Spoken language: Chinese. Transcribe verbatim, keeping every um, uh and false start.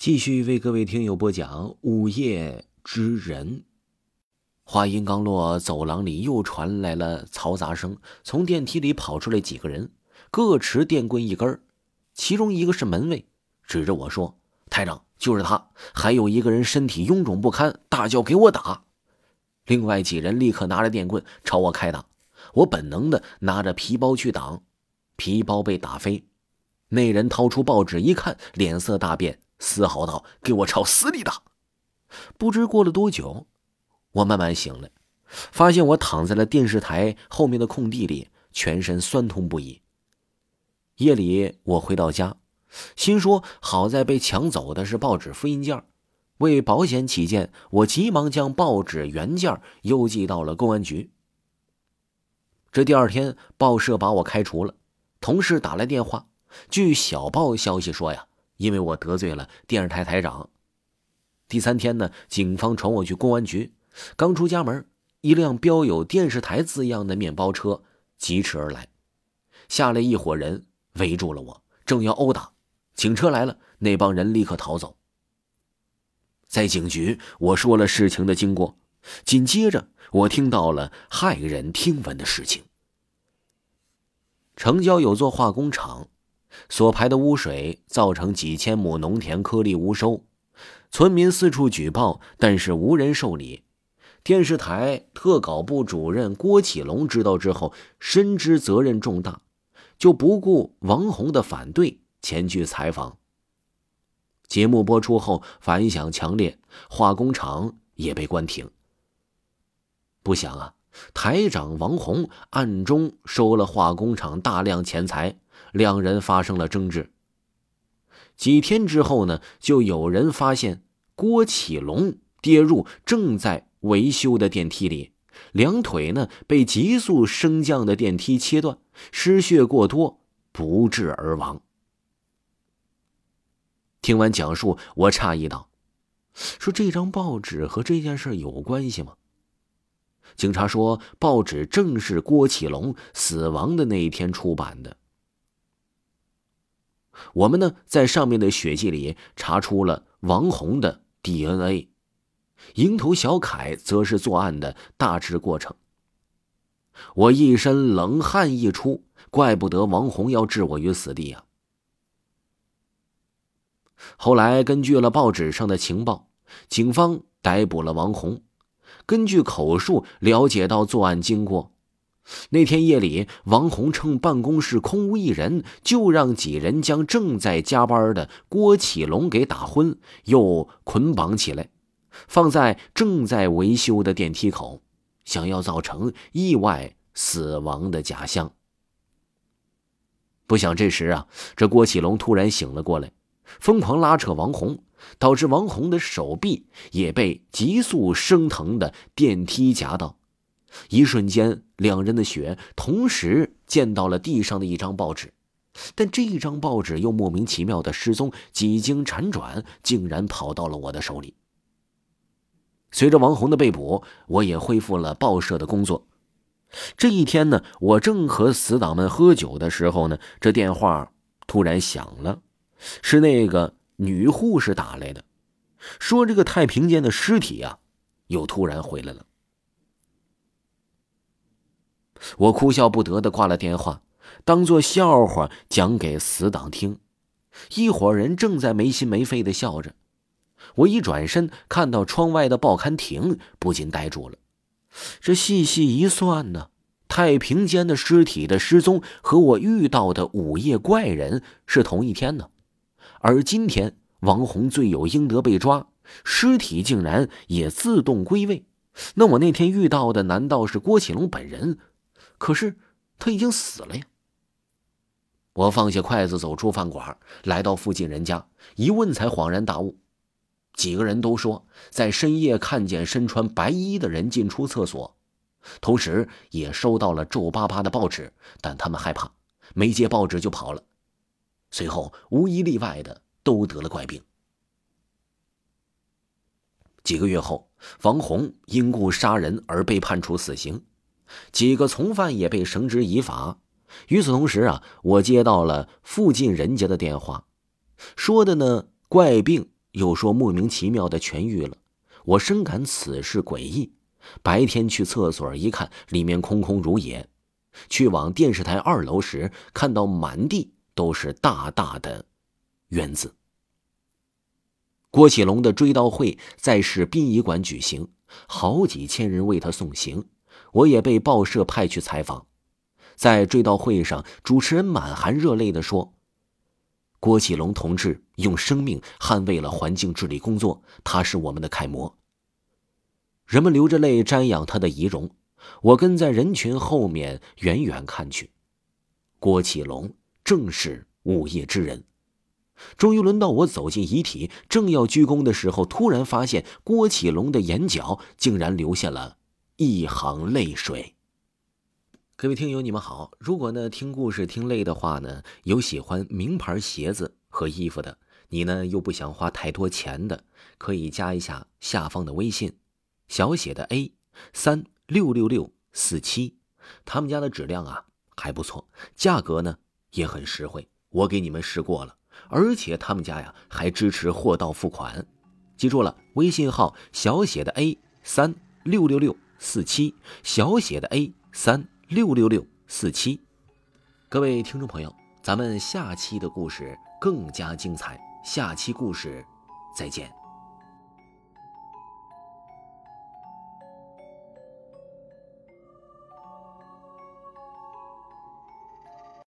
继续为各位听友播讲《午夜之人》。话音刚落，走廊里又传来了嘈杂声，从电梯里跑出来几个人，各持电棍一根，其中一个是门卫，指着我说：“台长，就是他。”还有一个人身体臃肿不堪，大叫：“给我打！”另外几人立刻拿着电棍朝我开打，我本能的拿着皮包去挡，皮包被打飞。那人掏出报纸一看，脸色大变，嘶嚎道：“给我朝死里打！”不知过了多久，我慢慢醒了，发现我躺在了电视台后面的空地里，全身酸痛不已。夜里我回到家，心说好在被抢走的是报纸复印件，为保险起见，我急忙将报纸原件邮寄到了公安局。这第二天，报社把我开除了，同事打来电话，据小报消息说呀，因为我得罪了电视台台长。第三天呢，警方传我去公安局，刚出家门，一辆标有电视台字样的面包车疾驰而来，下来一伙人围住了我，正要殴打。警车来了，那帮人立刻逃走。在警局，我说了事情的经过，紧接着我听到了骇人听闻的事情。城郊有座化工厂，所排的污水造成几千亩农田颗粒无收，村民四处举报，但是无人受理。电视台特稿部主任郭启龙知道之后，深知责任重大，就不顾王红的反对，前去采访。节目播出后反响强烈，化工厂也被关停。不想啊，台长王红暗中收了化工厂大量钱财，两人发生了争执。几天之后呢，就有人发现郭启龙跌入正在维修的电梯里，两腿呢被急速升降的电梯切断，失血过多，不治而亡。听完讲述，我诧异道：“说这张报纸和这件事有关系吗？”警察说，报纸正是郭启龙死亡的那一天出版的。我们呢，在上面的血迹里查出了王红的 D N A， 蝇头小楷则是作案的大致过程。我一身冷汗一出，怪不得王红要置我于死地啊！后来根据了报纸上的情报，警方逮捕了王红。根据口述了解到作案经过，那天夜里，王红趁办公室空无一人，就让几人将正在加班的郭启龙给打昏，又捆绑起来，放在正在维修的电梯口，想要造成意外死亡的假象。不想这时啊，这郭启龙突然醒了过来，疯狂拉扯王红，导致王红的手臂也被急速升腾的电梯夹到。一瞬间，两人的血同时溅到了地上的一张报纸，但这张报纸又莫名其妙的失踪，几经辗转，竟然跑到了我的手里。随着王红的被捕，我也恢复了报社的工作。这一天呢，我正和死党们喝酒的时候呢，这电话突然响了，是那个女护士打来的，说这个太平间的尸体啊，又突然回来了。我哭笑不得地挂了电话，当作笑话讲给死党听。一伙人正在没心没肺地笑着，我一转身看到窗外的报刊亭，不禁呆住了。这细细一算呢，太平间的尸体的失踪和我遇到的午夜怪人是同一天呢。而今天王红罪有应得被抓，尸体竟然也自动归位。那我那天遇到的难道是郭启龙本人？可是他已经死了呀。我放下筷子走出饭馆，来到附近人家，一问才恍然大悟。几个人都说在深夜看见身穿白衣的人进出厕所，同时也收到了皱巴巴的报纸，但他们害怕，没接报纸就跑了。随后无一例外的都得了怪病。几个月后，王红因故杀人而被判处死刑，几个从犯也被绳之以法。与此同时啊，我接到了附近人家的电话，说的呢怪病又说莫名其妙的痊愈了。我深感此事诡异。白天去厕所一看，里面空空如也。去往电视台二楼时，看到满地都是大大的冤字。郭启龙的追悼会在市殡仪馆举行，好几千人为他送行。我也被报社派去采访。在追悼会上，主持人满含热泪地说，郭启龙同志用生命捍卫了环境治理工作，他是我们的楷模。人们流着泪瞻仰他的遗容，我跟在人群后面远远看去。郭启龙正是午夜之人。终于轮到我走进遗体，正要鞠躬的时候，突然发现郭启龙的眼角竟然流下了一行泪水。各位听友你们好，如果呢听故事听累的话呢，有喜欢名牌鞋子和衣服的，你呢又不想花太多钱的，可以加一下下方的微信，小写的 A 三六六六四七，他们家的质量啊还不错，价格呢也很实惠，我给你们试过了，而且他们家呀还支持货到付款。记住了，微信号小写的 A 三六六六四七，小写的 A 三六六六四七。各位听众朋友，咱们下期的故事更加精彩，下期故事再见。